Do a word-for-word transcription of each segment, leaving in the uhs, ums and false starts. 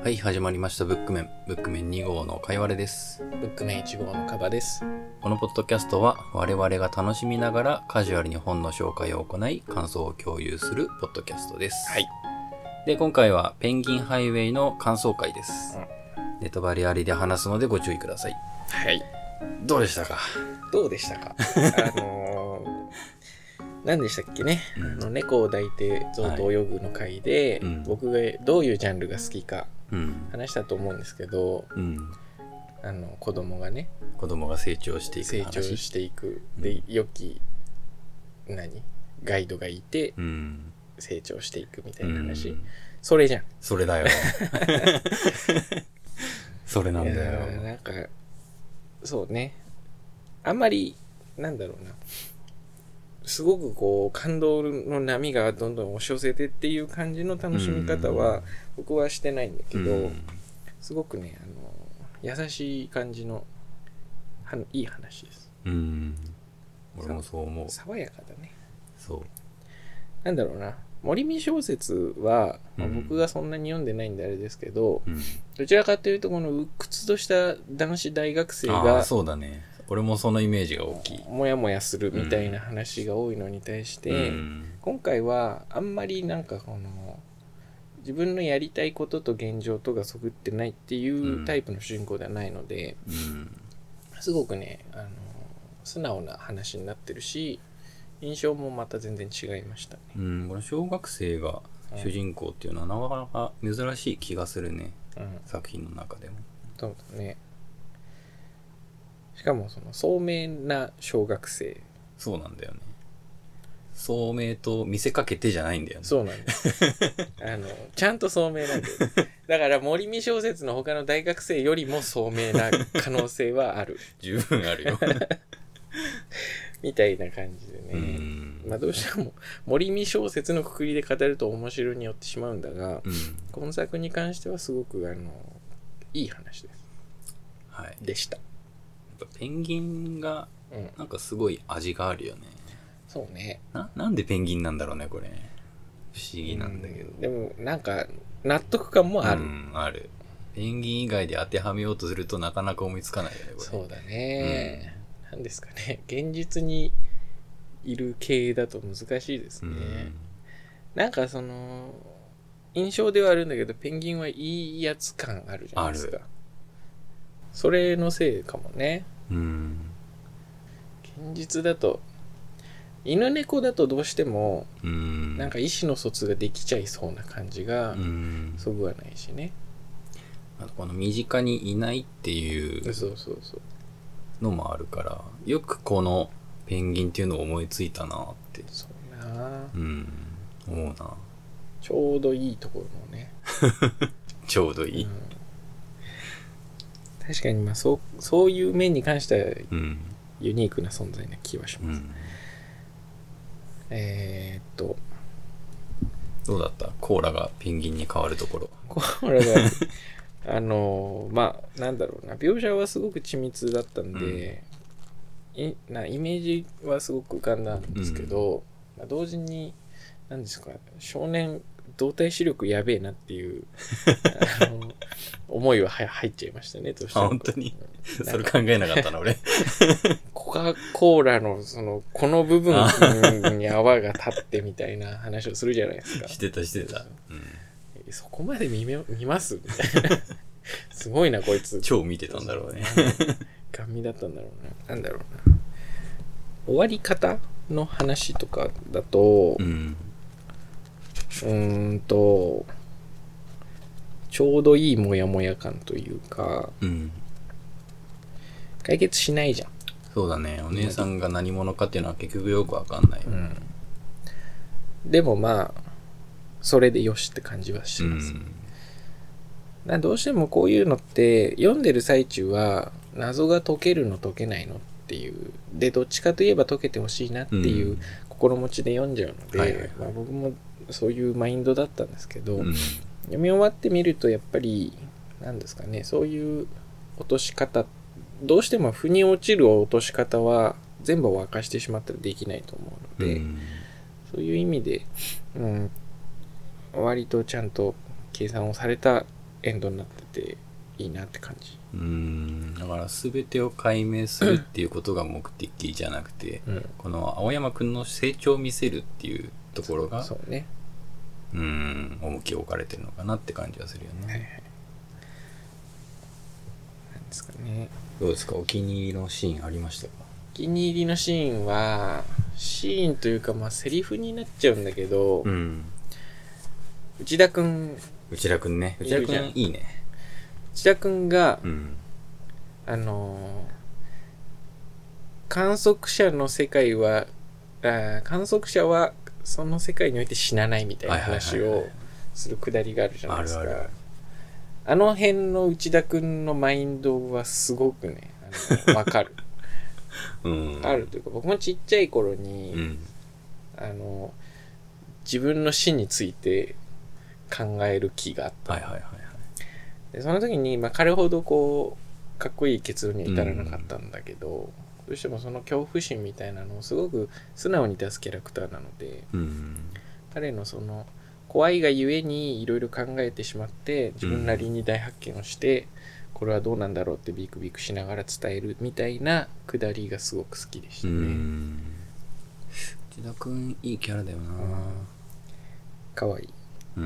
はい、始まりましたブックメン。ブックメンに号のかいわれです。 ブックメンいち号のカバです。 このポッドキャストは我々が楽しみながらカジュアルに本の紹介を行い感想を共有するポッドキャストです。 はい。 で、今回はペンギンハイウェイの感想会です。 うん、 ネタバレありで話すのでご注意ください。 はい。 どうでしたかどうでしたかあのー、何でしたっけね、うん、あの猫を抱いて象と泳ぐの回で、はいうん、僕がどういうジャンルが好きか話したと思うんですけど、うん、あの子供がね子供が成長していく成長していくで、うん、良き何ガイドがいて、うん、成長していくみたいな話、うん、それじゃんそれだよそれなんだよ。 いやなんかそうねあんまりなんだろうなすごくこう感動の波がどんどん押し寄せてっていう感じの楽しみ方は僕はしてないんだけど、うん、すごくねあの優しい感じのはいい話です。 うん、俺もそう思う。 爽やかだね。 そうなんだろうな森見小説は、まあ、僕がそんなに読んでないんであれですけど、うん、どちらかというとこの鬱屈とした男子大学生がそうだね俺もそのイメージが大きいもやもやするみたいな話が多いのに対して、うん、今回はあんまりなんかこの自分のやりたいことと現状とがそぐってないっていうタイプの主人公ではないので、うん、すごくねあの素直な話になってるし印象もまた全然違いましたね。 うん、この小学生が主人公っていうのはなかなか珍しい気がするね、うん、作品の中でも。 そうだね。しかもその聡明な小学生。 そうなんだよね。聡明と見せかけてじゃないんだよね。 そうなんです。あのちゃんと聡明なんだよ。だから森見小説の他の大学生よりも聡明な可能性はある。 十分あるよ。 みたいな感じでね。まあどうしても森見小説のくくりで語ると面白に寄ってしまうんだが、うん、今作に関してはすごくあのいい話です。 はい。 でした。 ペンギンがなんかすごい味があるよね。 うん、そうね。 な、なんでペンギンなんだろうねこれ。不思議なんだけど。 うん、でもなんか納得感もある。 うん、ある。ペンギン以外で当てはめようとするとなかなか思いつかないよねこれ。 そうだね。うん、なんですかね。現実にいる系だと難しいですね。うん、なんかその印象ではあるんだけどペンギンはいいやつ感あるじゃないですか。それのせいかもね。うん。現実だと犬猫だとどうしても、うん、なんか意思の疎通ができちゃいそうな感じがそぐわないしね。 あとこの身近にいないっていうのもあるから、よくこのペンギンっていうのを思いついたなって。 そうな。 うん。思うな。 ちょうどいいところもね。 ちょうどいい。うん確かにまあそう、そういう面に関してはユニークな存在な気はします、うん、えー、っとどうだったコーラがペンギンに変わるところ。 コーラがあのまあなんだろうな描写はすごく緻密だったんで、うん、いなイメージはすごく浮かんだんですけど、うんまあ、同時に何ですか少年動体視力やべえなっていうあの思いは入っちゃいましたね。どうしても本当にそれ考えなかったな俺。 コカ・コーラのそのこの部分に泡が立ってみたいな話をするじゃないですか。 してたしてた。 うん、そこまで 見, 見ますみたいな。すごいなこいつ。 超見てたんだろうね。 ガン見だったんだろうな。なんだろうな。終わり方の話とかだと。うんうーんとちょうどいいモヤモヤ感というか、うん、解決しないじゃん。 そうだねお姉さんが何者かっていうのは結局よくわかんない、うん、 でもまあそれでよしって感じはします、うん、だどうしてもこういうのって読んでる最中は謎が解けるの解けないのっていうでどっちかといえば解けてほしいなっていう心持ちで読んじゃうので、はいはいはいまあ、僕もそういうマインドだったんですけど、うん、読み終わってみるとやっぱり何ですかねそういう落とし方どうしても腑に落ちる落とし方は全部を明かしてしまったらできないと思うので、うん、そういう意味で、うん、割とちゃんと計算をされたエンドになってていいなって感じ。 うーん、だから全てを解明するっていうことが目的じゃなくて、うん、この青山くんの成長を見せるっていうところがそうね、 うーん重きを置かれてるのかなって感じはするよね。はいはい、 なんですかね。 どうですか、お気に入りのシーンありましたか？ お気に入りのシーンはシーンというかまあセリフになっちゃうんだけど、うん、内田くん内田くんね内田くんいいね。 内田くんが、うん、あのー、観測者の世界はあ観測者はその世界において死なないみたいな話をするくだりがあるじゃないですか。あるある。あの辺の内田くんのマインドはすごくね、あの、わかる。うん、あるというか、僕もちっちゃい頃に、うん、あの、自分の死について考える気があった。はいはいはいはい。でその時に、まあ、彼ほどこう、かっこいい結論に至らなかったんだけど、うん、どうしてもその恐怖心みたいなのをすごく素直に出すキャラクターなので、うん、彼のその、怖いがゆえにいろいろ考えてしまって自分なりに大発見をして、うん、これはどうなんだろうってビクビクしながら伝えるみたいなくだりがすごく好きでしたね。うん、 内田くんいいキャラだよな。 かわいい。うん。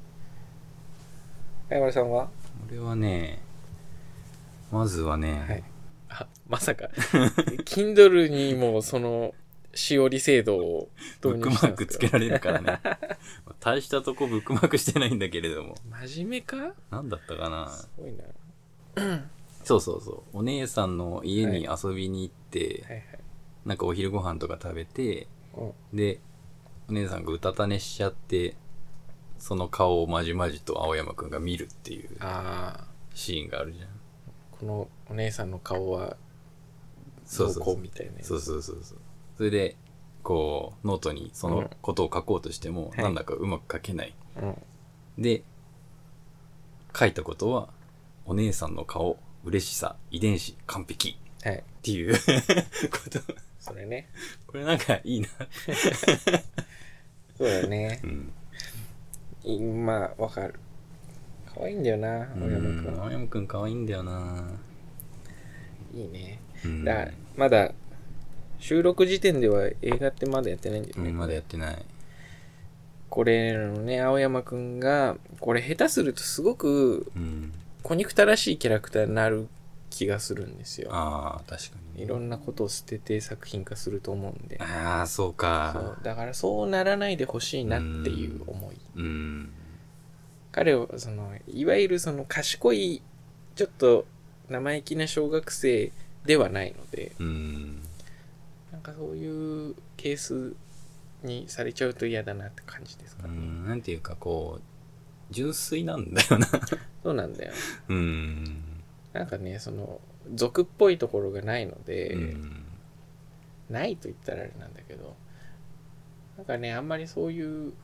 相原さんは？ 俺はね、まずはね、はい、 あまさかKindle にもそのしおり制度を導入したんですか？ブックマークつけられるからね。大したとこブックマークしてないんだけれども。 真面目か？ なんだったかな。 すごいな。 そうそうそう。お姉さんの家に遊びに行って、はいはいはい、なんかお昼ご飯とか食べて、で、お姉さんがうたた寝しちゃって、その顔をまじまじと青山くんが見るっていうシーンがあるじゃん。 このお姉さんの顔はどこみたいなやつ。 そうそうそうそう。それでこうノートにそのことを書こうとしても、うん、なんだかうまく書けない、はい、で書いたことはお姉さんの顔、嬉しさ、遺伝子完璧、はい、っていうことそれね、 これなんかいいなそうだね、うん、まあわかる。可愛いんだよな青山くん。 青山くん可愛いんだよな。 いいね。だまだ収録時点では映画ってまだやってないんだよね。 うん、まだやってない。 これのね、青山くんが、これ下手するとすごく、小憎たらしいキャラクターになる気がするんですよ。 ああ、確かに、 ね。いろんなことを捨てて作品化すると思うんで。 ああ、そうか。 そうだからそうならないでほしいなっていう思い。うん、彼を、その、いわゆるその賢い、ちょっと生意気な小学生ではないので、うんなんかそういうケースにされちゃうと嫌だなって感じですかね。 うん、なんていうかこう純粋なんだよな。 そうなんだよ。うん。なんかね、その俗っぽいところがないので、うん、ないと言ったらあれなんだけど、なんかねあんまりそういう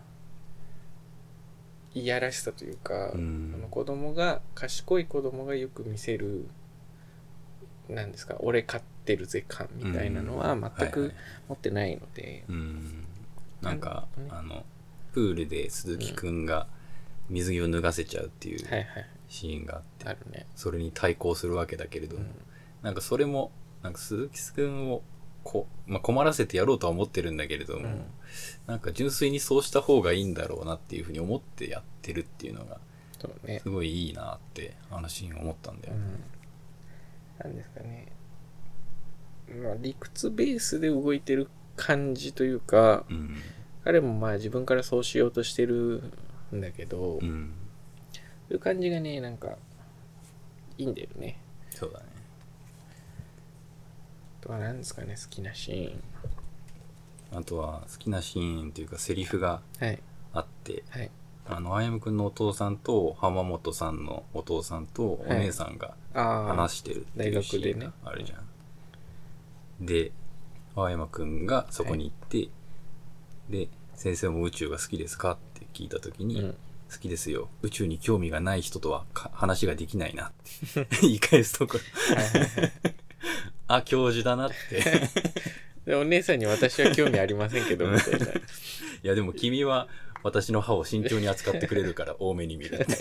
いやらしさというか、うん、その子供が賢い子供がよく見せるなんですか、俺勝ってるぜ感みたいなのは全く持ってないので、 うんはいはい、うんなんか、ね、あのプールで鈴木くんが水着を脱がせちゃうっていうシーンがあって、 はいはいあるね、 それに対抗するわけだけれども、うん、なんかそれもなんか鈴木くんをこ、まあ、困らせてやろうとは思ってるんだけれども、うん、なんか純粋にそうした方がいいんだろうなっていうふうに思ってやってるっていうのがすごいいいなってあのシーン思ったんだよね。うんなんですかね、まあ、理屈ベースで動いてる感じというか、うん、彼もまあ自分からそうしようとしてるんだけど、うん、そういう感じがねなんかいいんだよね。 そうだね。 あとは何ですかね、好きなシーン。あとは好きなシーンというかセリフがあって、はいはい、あのあやむくんのお父さんと浜本さんのお父さんとお姉さんが話してるっていうシーンがあるじゃん。はい、で青山くんがそこに行って、はい、で先生も宇宙が好きですかって聞いた時に、うん、好きですよ、宇宙に興味がない人とは話ができないなって言い返すところはいはい、はい、あ教授だなってでお姉さんに私は興味ありませんけどみたいな。いやでも君は私の歯を慎重に扱ってくれるから多めに見る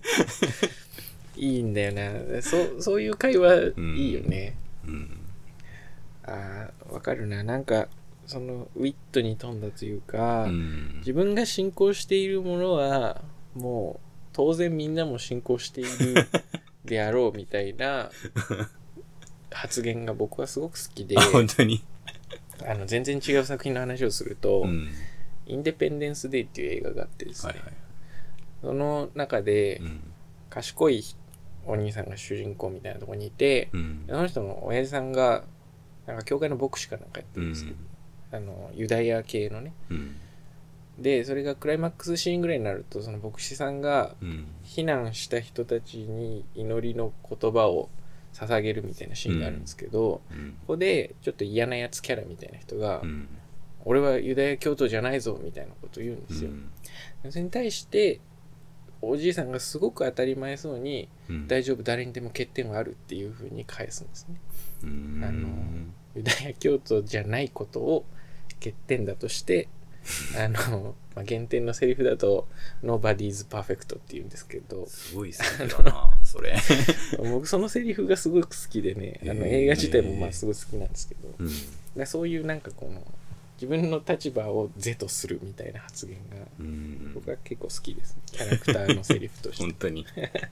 いいんだよな。そそういう会話いいよね。 うん、うん、 ああ、わかるな。なんかそのウィットに富んだというか、 うん、 自分が信仰しているものはもう当然みんなも信仰しているであろうみたいな発言が僕はすごく好きで、 本当にあの全然違う作品の話をすると、 うん、 インデペンデンス・デイっていう映画があってですね、 はいはい、 その中で、 うん、 賢いお兄さんが主人公みたいなところにいて、 うん、 その人の親父さんがなんか教会の牧師かなんかやってるんですけど、うん、あのユダヤ系のね、 うん、 でそれがクライマックスシーンぐらいになるとその牧師さんが避難した人たちに祈りの言葉を捧げるみたいなシーンがあるんですけど、うん、ここでちょっと嫌なやつキャラみたいな人が、うん、俺はユダヤ教徒じゃないぞみたいなことを言うんですよ、うん、それに対しておじいさんがすごく当たり前そうに、うん、大丈夫誰にでも欠点はあるっていう風に返すんですね、うん、あのユダヤ教徒じゃないことを欠点だとしてあの、まあ、原点のセリフだと Nobody's perfect って言うんですけど、 すごい好きだなそれ僕そのセリフがすごく好きでね、あの映画自体もまあすごい好きなんですけど、うん、だそういうなんかこの自分の立場を是とするみたいな発言が僕は結構好きですね、キャラクターのセリフとして本当に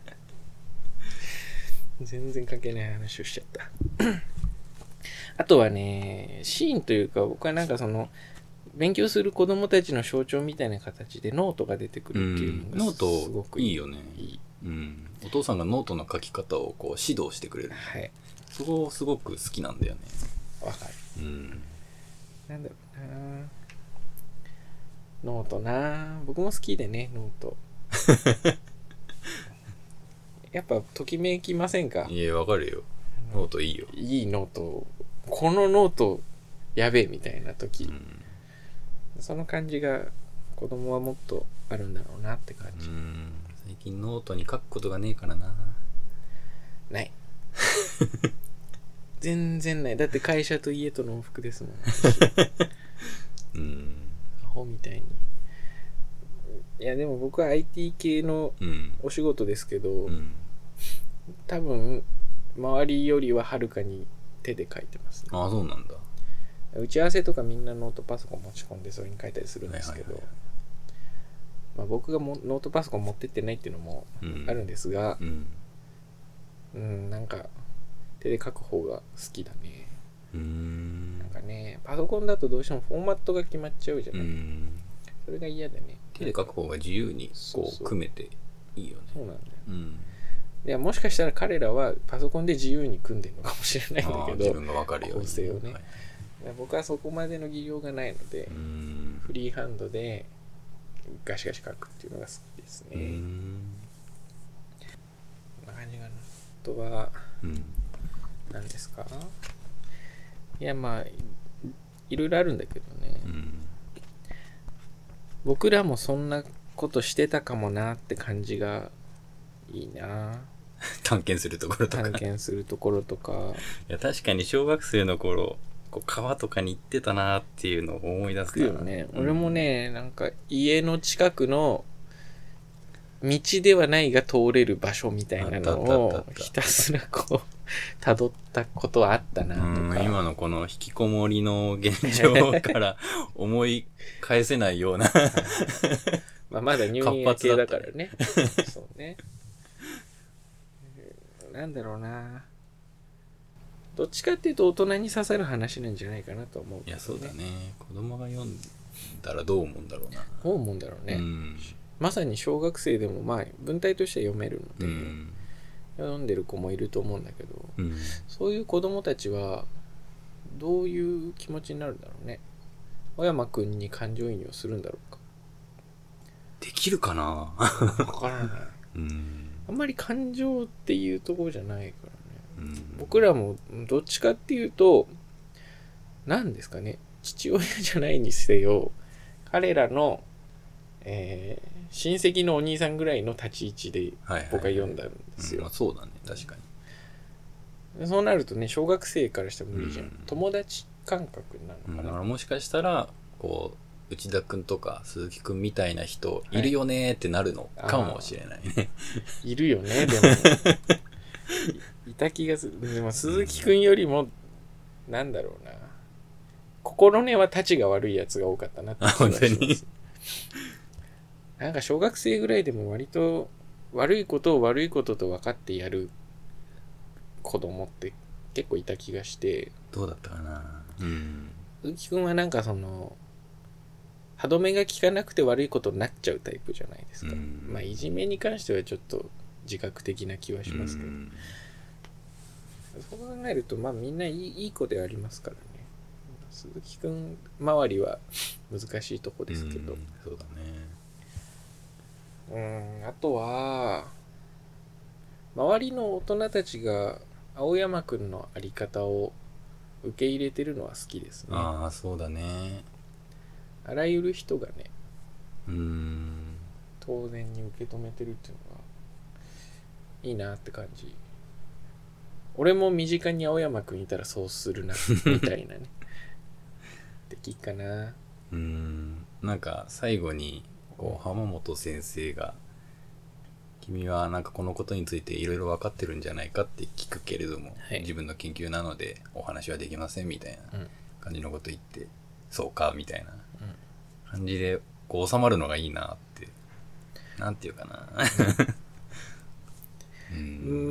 全然関係ない話をしちゃったあとはね、シーンというか僕はなんかその勉強する子供たちの象徴みたいな形でノートが出てくるっていうのがすごくいい、 うん、ノートいいよね。いい、うん、お父さんがノートの書き方をこう指導してくれる、 はい、 そこすごく好きなんだよね。 わかる、 うん、 なんだろうな、ノートな、僕も好きでね、ノートやっぱときめきませんか？ いや、わかるよ、ノートいいよ、 いいノート、このノートやべえみたいな時、うん、その感じが子供はもっとあるんだろうなって感じ。 うん、最近ノートに書くことがねえからな。 ない全然ない。だって会社と家との往復ですもんうん、アホみたいに。いやでも僕は アイティー 系のお仕事ですけど、うん、多分周りよりははるかに手で書いてます、ね、 ああ、そうなんだ。 打ち合わせとかみんなノートパソコン持ち込んでそれに書いたりするんですけど、はいはいはい、まあ、僕がもノートパソコン持ってってないっていうのもあるんですが、うんうん、なんか手で書く方が好きだね。うーん、なんかね、パソコンだとどうしてもフォーマットが決まっちゃうじゃない。うん、それが嫌でね。 手で書く方が自由にこう組めていいよね。 そうなんだよ、うん、いやもしかしたら彼らはパソコンで自由に組んでるのかもしれないんだけど、 自分が分かるように構成をね、はい、僕はそこまでの技量がないので、うん、フリーハンドでガシガシ書くっていうのが好きですね。うん、こんな感じかな。あとは、うん、何ですか？いやまあ い, いろいろあるんだけどね、うん、僕らもそんなことしてたかもなって感じがいいな。 探検するところとか探検するところとかいや確かに小学生の頃こう川とかに行ってたなっていうのを思い出すよね、うん、俺もね、なんか家の近くの道ではないが通れる場所みたいなのをひたすらこう辿ったことはあったなとか、 今のこの引きこもりの現状から思い返せないようなまあまだ入院明けだからねそうね、なんだろうな、どっちかっていうと大人に刺さる話なんじゃないかなと思う、ね、 いやそうだね、子供が読んだらどう思うんだろうな。 どう思うんだろうね、うん、まさに小学生でもまあ文体としては読めるので、うん、読んでる子もいると思うんだけど、うん、そういう子供たちはどういう気持ちになるんだろうね。小山くんに感情移入をするんだろうか。 できるかなわからない、うん、あんまり感情っていうところじゃないからね、うん、僕らもどっちかっていうと何ですかね、父親じゃないにせよ彼らの、えー、親戚のお兄さんぐらいの立ち位置で僕は読んだんですよ、 うん、そうだね、確かに。そうなるとね、小学生からしても無理じゃん、うん、友達感覚になるのかな。 うん、もしかしたらこう内田くんとか鈴木くんみたいな人いるよねーってなるのかもしれないね、はい、 いるよねでもい, いた気がする。でも鈴木くんよりもなんだろうな、心根はたちが悪いやつが多かったなって気がします。本当になんか小学生ぐらいでも割と悪いことを悪いことと分かってやる子供って結構いた気がして。 どうだったかな。うん。 鈴木くんはなんかその歯止めが効かなくて悪いことになっちゃうタイプじゃないですか。うん、まあいじめに関してはちょっと自覚的な気はしますけど。うん、そう考えるとまあみんないい、いい子でありますからね。鈴木くん周りは難しいとこですけど。うん、 そうだね。 うん、あとは周りの大人たちが青山くんのあり方を受け入れてるのは好きですね。 ああ、そうだね。 あらゆる人がね、 うーん、 当然に受け止めてるっていうのがいいなって感じ。俺も身近に青山くんいたらそうするなみたいなね。できっかな。 うーん、なんか最後にこう浜本先生が君はなんかこのことについていろいろ分かってるんじゃないかって聞くけれども、はい、自分の研究なのでお話はできませんみたいな感じのこと言って、うん、そうかみたいな感じでこう収まるのがいいなってなんていうかな、 うん、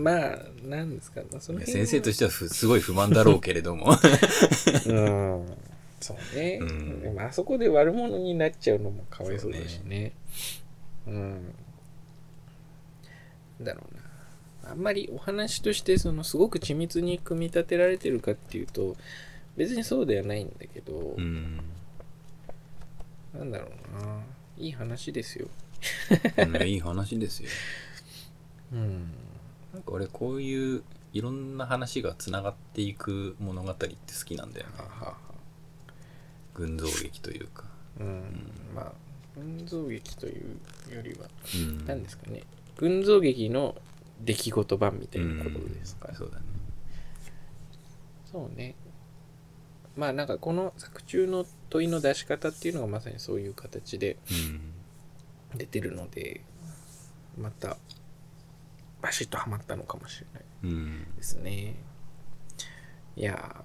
まあなんですか、まあ、その辺先生としてはすごい不満だろうけれどもうんそうね、うん、でもあそこで悪者になっちゃうのもかわいそうだしね。うね、うんだろうな、あんまりお話としてそのすごく緻密に組み立てられてるかっていうと別にそうではないんだけど、うん、なんだろうな、いい話ですよ、 ね、いい話ですよ、うん、なんか俺こういういろんな話がつながっていく物語って好きなんだよね。ははは群像劇というか、 うんうん、まあ群像劇というよりは、うん、何ですかね、群像劇の出来事版みたいなことですか、 うん、そうだね。 そうね。まあなんかこの作中の問いの出し方っていうのがまさにそういう形で出てるので、うん、またバシッとハマったのかもしれないですね、うん、いや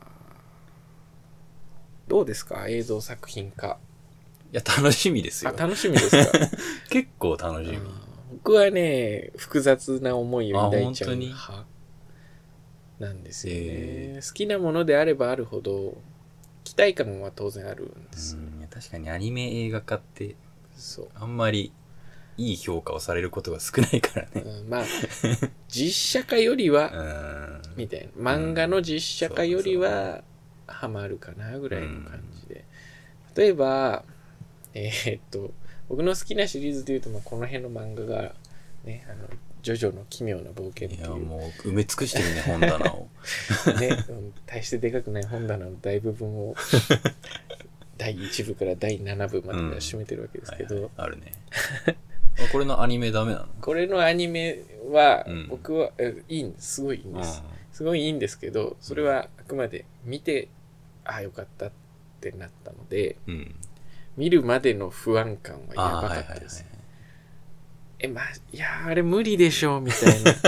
どうですか映像作品化。 いや楽しみですよ。 あ楽しみですか結構楽しみ。 僕はね複雑な思いを抱いちゃう派なんですよね、えー、好きなものであればあるほど期待感は当然あるんです。 うん確かにアニメ映画化ってそうあんまりいい評価をされることが少ないからね、 うん、まあ実写化よりはみたいな漫画の実写化よりはハマるかなぐらいの感じで、例えばえー、っと僕の好きなシリーズでいうと、まあ、この辺の漫画がねあのジョジョの奇妙な冒険っていう、いやもう埋め尽くしてるね本棚をね、大してでかくない本棚の大部分をだいいち部からだいなな部まで占めてるわけですけど、うんはいはい、 あるねこれのアニメダメなの？ これのアニメは僕は、うん、いいんですすごいいいんです、うん、すごいいいんですけどそれはあくまで見てああよかったってなったので、うん、見るまでの不安感はやばかったです、はいはいはい、えまあいやあれ無理でしょみたいな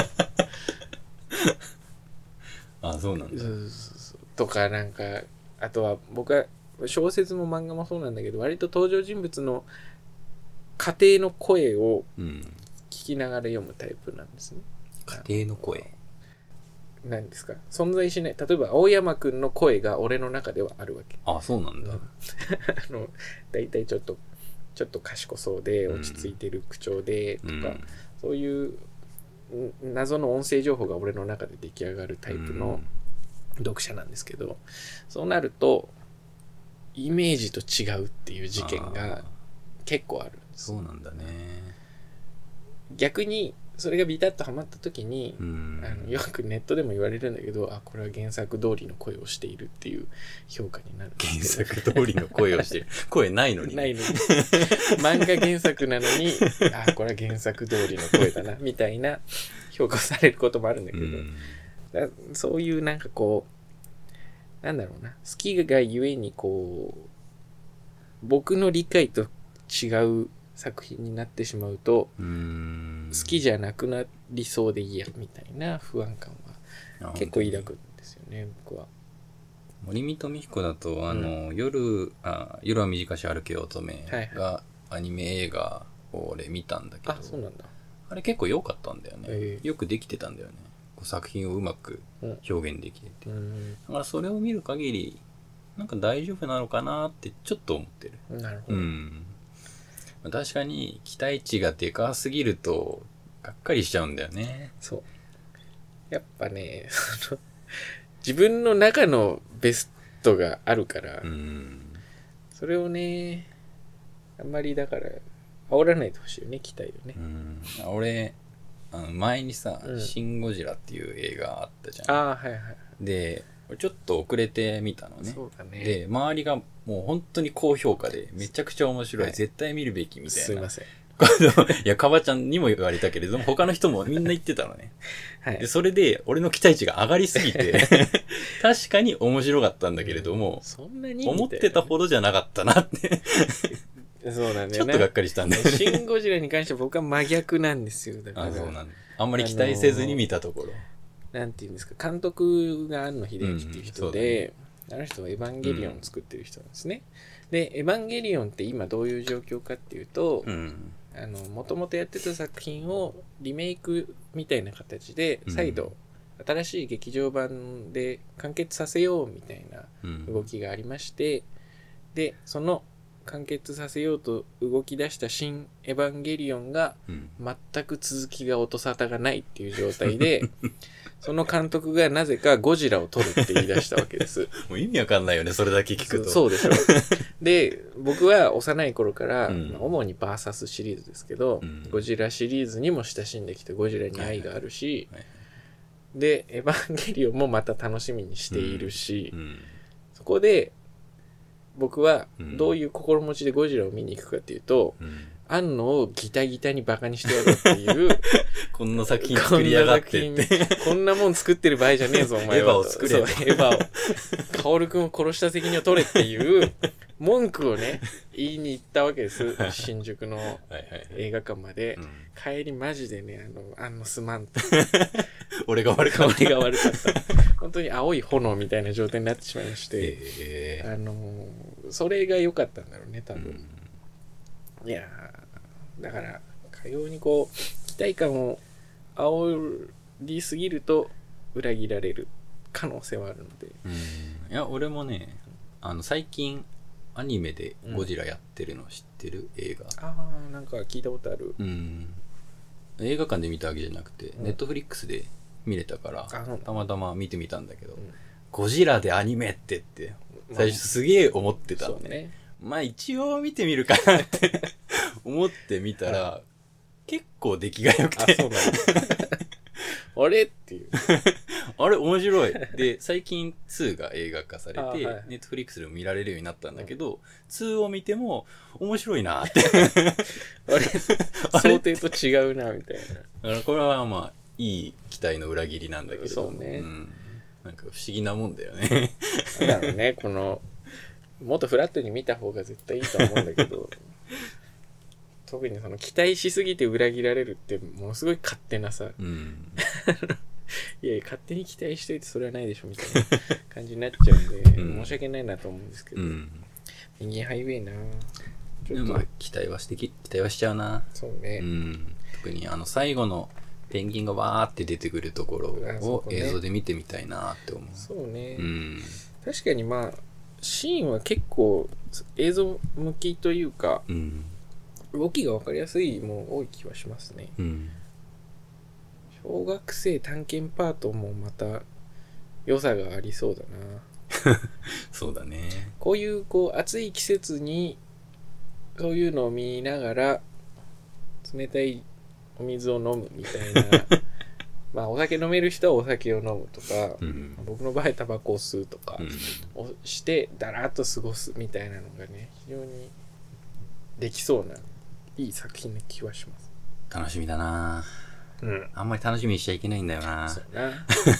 あそうなんだとかなんかあとは僕は小説も漫画もそうなんだけど割と登場人物の家庭の声を聞きながら読むタイプなんですね、 うん、家庭の声何ですか存在しない例えば青山くんの声が俺の中ではあるわけ。 あそうなんだあのだいたいちょっとちょっと賢そうで落ち着いてる口調でとか、うん、そういう謎の音声情報が俺の中で出来上がるタイプの読者なんですけど、うん、そうなるとイメージと違うっていう事件が結構あるんです。 そうなんだね。 逆にそれがビタッとハマった時に、うん、あのよくネットでも言われるんだけどあこれは原作通りの声をしているっていう評価になる。 原作通りの声をしている声ないのにないのに漫画原作なのにあこれは原作通りの声だなみたいな評価されることもあるんだけど、うん、だそういうなんかこうなんだろうな好きがゆえにこう僕の理解と違う作品になってしまうと、 うーん好きじゃなくなりそうでいいやみたいな不安感は結構抱くんですよね、僕は。 森見と美彦だと、あの、うん、夜あ、夜は短し歩けよ乙女がアニメ映画を俺見たんだけど、 あ、そうなんだ。 あれ結構良かったんだよね。 えー、 よくできてたんだよね。こう作品をうまく表現できてて、 うん。 だからそれを見る限り、なんか大丈夫なのかなってちょっと思ってる。 なるほど。 うん。確かに期待値がでかすぎると、がっかりしちゃうんだよね。 そう。やっぱね、その、自分の中のベストがあるから、 うん、 それをね、あんまりだから煽らないでほしいよね、期待をね。 うん、俺あの前にさ、うん、シン・ゴジラっていう映画あったじゃん。 ああ、はいはい。 で、ちょっと遅れて見たのね。 そうだね。 で、周りがもう本当に高評価で、めちゃくちゃ面白い、はい、絶対見るべきみたいな。 すいません。 いや、かばちゃんにも言われたけれども、他の人もみんな言ってたのね。 はい。 で、それで、俺の期待値が上がりすぎて、確かに面白かったんだけれども、 そんなに思ってたほどじゃなかったなって。 そうなんだよね。 ちょっとがっかりしたんだよね。シン・ゴジラに関しては僕は真逆なんですよ。だから。 あ、そうなんだ。あんまり期待せずに見たところ。 なんていうんですか、監督が庵野秀明っていう人で、うん、あの人はエヴァンゲリオンを作ってる人なんですね。うん、で、エヴァンゲリオンって今どういう状況かっていうと、うん、あの、もともとやってた作品をリメイクみたいな形で再度、うん、新しい劇場版で完結させようみたいな動きがありまして、うん、で、その完結させようと動き出した新エヴァンゲリオンが全く続きが音沙汰がないっていう状態で、その監督がなぜかゴジラを撮るって言い出したわけです。 もう意味わかんないよね、それだけ聞くと。 そ, そうでしょ。で、僕は幼い頃から、うんまあ、主にバーサスシリーズですけど、うん、ゴジラシリーズにも親しんできてゴジラに愛があるし、はいはいはい、で、エヴァンゲリオンもまた楽しみにしているし、うんうん、そこで僕はどういう心持ちでゴジラを見に行くかっていうと、うん庵野をギタギタにバカにしてやろうっていうこんな作品作りやがってってこんなもん作ってる場合じゃねえぞお前はエヴァを作れそうエヴァをカオルくんを殺した責任を取れっていう文句をね言いに行ったわけです新宿の映画館まで、はいはい、帰りマジでねあの庵野すまんと俺が悪かった俺が悪かった本当に青い炎みたいな状態になってしまいまして、えー、あのそれが良かったんだろうね多分、うん、いやだからかようにこう期待感を煽りすぎると裏切られる可能性はあるので、 うん、いや俺もねあの最近アニメでゴジラやってるの知ってる、うん、映画ああなんか聞いたことある、 うん、映画館で見たわけじゃなくて、うん、ネットフリックスで見れたからたまたま見てみたんだけど、うん、ゴジラでアニメってって最初すげえ思ってたのね、ねまあ一応見てみるかなって思ってみたら、はい、結構出来が良くて。 あ、そうなんだ。あれっていう。 あれ面白い。で、最近ツーが映画化されて、はい、ネットフリックスでも見られるようになったんだけど、うん、ツーを見ても面白いなって。 あれ想定と違うな、みたいな。 だからこれはまあ、いい期待の裏切りなんだけど。 そうね。うん。 なんか不思議なもんだよね。 なんだろうね、この、もっとフラットに見た方が絶対いいとは思うんだけど特にその期待しすぎて裏切られるってものすごい勝手なさ、うん、いやいや勝手に期待しといてそれはないでしょみたいな感じになっちゃうんで、うん、申し訳ないなと思うんですけど、うん、ペンギンハイウェイなちょっと、まあ、期待はしてき期待はしちゃうなそうね、 うん、特にあの最後のペンギンがわーって出てくるところを映像で見てみたいなって思うそうね、 うん、 確かにまあシーンは結構映像向きというか、うん、動きが分かりやすいも多い気はしますね、うん、小学生探検パートもまた良さがありそうだなそうだねこういうこう暑い季節にそういうのを見ながら冷たいお水を飲むみたいなまあお酒飲める人はお酒を飲むとか、うん、僕の場合タバコを吸うとかをしてだらっと過ごすみたいなのがね非常にできそうないい作品な気はします。 楽しみだな、うん、あんまり楽しみにしちゃいけないんだよな。 そうな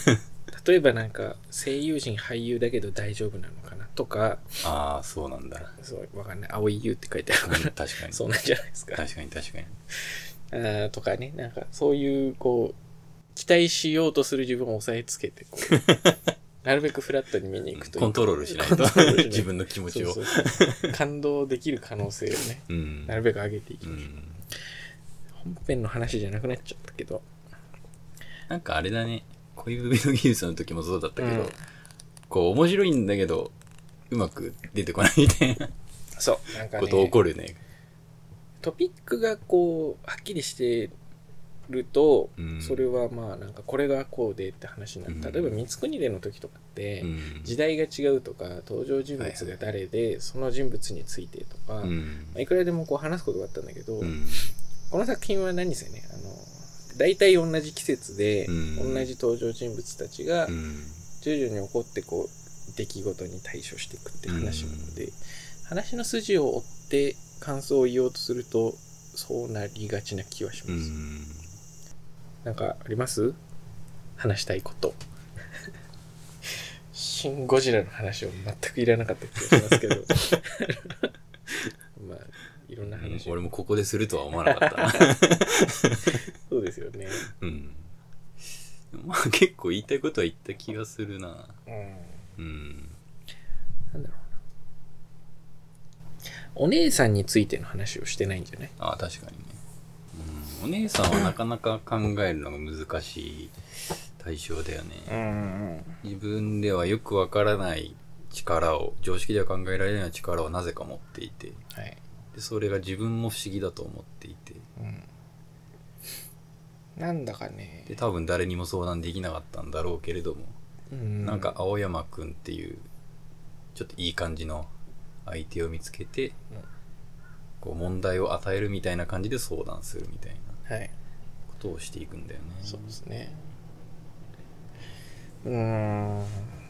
例えばなんか声優陣俳優だけど大丈夫なのかなとか。 ああ、そうなんだ。 そう、わかんない。青い優って書いてあるから、うん、 確かに。 そうなんじゃないですか。 確かに確かに。 あとかね、なんかそういうこう期待しようとする自分を抑えつけてこうなるべくフラットに見に行くというコントロールしないと自分の気持ちをそうそうそう感動できる可能性をね、うん、なるべく上げていきましょう、うん、本編の話じゃなくなっちゃったけど、 なんかあれだね、恋文の技術の時もそうだったけど、うん、こう面白いんだけどうまく出てこないみたいなそうなんか、ね、 こと起こるね。 トピックがこうはっきりしてると、うん、それはまあなんかこれがこうでって話になった、うん、例えば光国伝の時とかって、うん、時代が違うとか登場人物が誰で、はいはい、その人物についてとか、うんまあ、いくらでもこう話すことがあったんだけど、うん、この作品は何せね、あの大体同じ季節で、うん、同じ登場人物たちが、うん、徐々に起こってこう出来事に対処していくって話なので、うん、話の筋を追って感想を言おうとするとそうなりがちな気はします。うんなんかあります？話したいこと。シン・ゴジラの話は全くいらなかった気がしますけど。まあ、いろんな話、 うん。俺もここでするとは思わなかったな。 そうですよね。 うん。まあ結構言いたいことは言った気がするな。うん。うん。 なんだろうな。お姉さんについての話をしてないんじゃない？ ああ、確かにね。お姉さんはなかなか考えるのが難しい対象だよね。うんうん、自分ではよくわからない力を、常識では考えられない力をなぜか持っていて、はい、でそれが自分も不思議だと思っていて、うん、 なんだかね。 で多分誰にも相談できなかったんだろうけれども、うん、なんか青山くんっていうちょっといい感じの相手を見つけて、うん、こう問題を与えるみたいな感じで相談するみたいなことをしていくんだよね。 そうですね。うーん。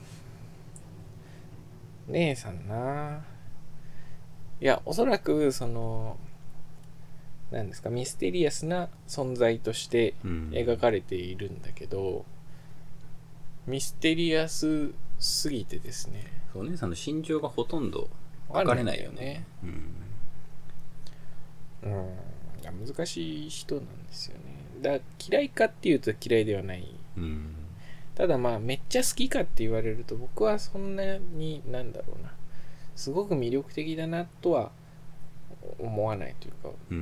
姉さんな。いや、おそらくその何ですか、ミステリアスな存在として描かれているんだけど、うん、ミステリアスすぎてですね。 お姉さんの心情がほとんど書かれないよね。 うん、うん、難しい人なんですよね。だ嫌いかっていうと嫌いではない、うん、ただまあめっちゃ好きかって言われると僕はそんなになんだろうな、すごく魅力的だなとは思わないというか、うん、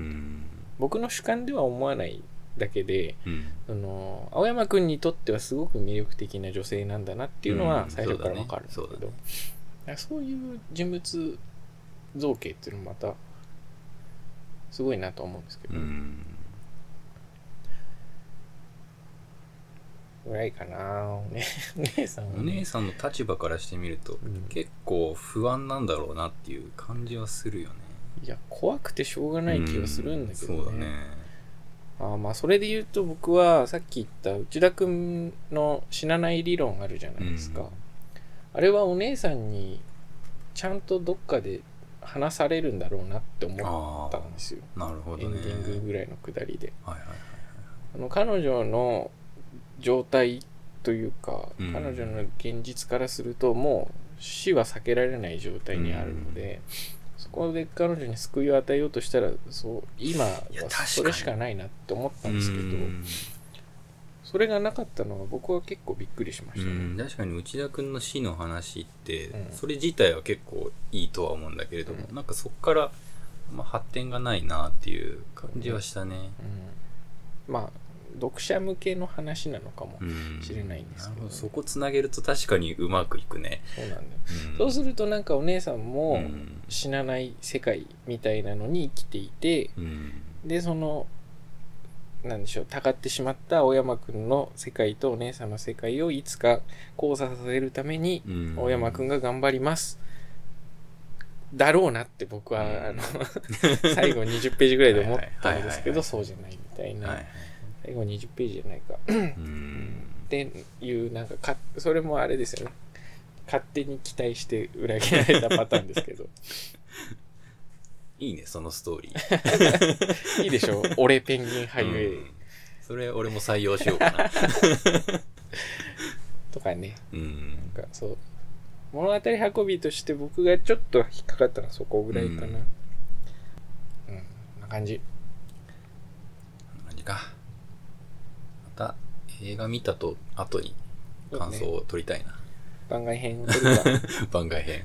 僕の主観では思わないだけで、うん、その青山くんにとってはすごく魅力的な女性なんだなっていうのは最初から分かるんだけど、うん そうだね、そうだね、そういう人物造形っていうのもまたすごいなと思うんですけど、うんぐらいかな。お姉さん、 お姉さんの立場からしてみると、うん、結構不安なんだろうなっていう感じはするよね。 いや怖くてしょうがない気はするんだけどね、うん、そうだね。あまあそれで言うと僕はさっき言った内田くんの死なない理論あるじゃないですか、うん、あれはお姉さんにちゃんとどっかで話されるんだろうなって思ったんですよ。 なるほどね。 エンディングぐらいのくだりで、はいはいはいはい、あの彼女の状態というか、うん、彼女の現実からするともう死は避けられない状態にあるので、うん、そこで彼女に救いを与えようとしたらそう今はそれしかないなって思ったんですけど、うん、それがなかったのは僕は結構びっくりしましたね。 うん、確かに内田君の死の話って、うん、それ自体は結構いいとは思うんだけれども、うん、なんかそこから、まあ、発展がないなっていう感じはしたね、 うん、まあ読者向けの話なのかもしれないんですけど、 うん、そこつなげると確かにうまくいくね。 そうなんだよ、うん、そうするとなんかお姉さんも死なない世界みたいなのに生きていて、うん、でそのなんでしょう、たかってしまった青山くんの世界とお姉さんの世界をいつか交差させるために青山くんが頑張りますだろうなって僕は、うん、あの最後にじゅっページぐらいで思ったんですけど、そうじゃないみたいな、はいはい、最後にじゅっページじゃないかっていうなんかかそれもあれですよね、勝手に期待して裏切られたパターンですけどいいねそのストーリーいいでしょ俺ペンギンハイウェイ、うん、 それ俺も採用しようかなととかね。 うん。 なんかそう。物語運びとして僕がちょっと引っかかったのはそこぐらいかな。うん。うん、こんな感じ。 こんな感じか。また映画見たと後に感想を取りたいな。 番外編を撮るか。 番外編。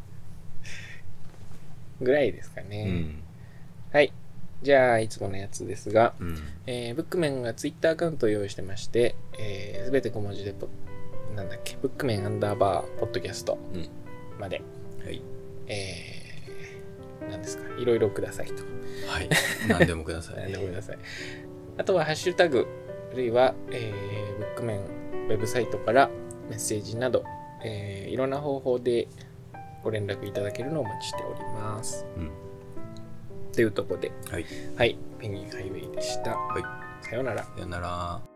ぐらいですかね。 うん、 はい。じゃあ、いつものやつですが、 うんえー、ブックメンがツイッターアカウントを用意してまして、す、えー、べて小文字でポ、なんだっけ、ブックメンアンダーバーポッドキャストまで、 うん、はい。 えー、なんですか、いろいろくださいと。 はい。何でもください、 ね。何でもください。あとは、ハッシュタグ、あるいは、えー、ブックメンウェブサイトからメッセージなど、えー、いろんな方法でご連絡いただけるのをお待ちしております。 うん。 というところで、 はい。 はい、ペンギンハイウェイでした。 はい。 さようなら。 さようなら。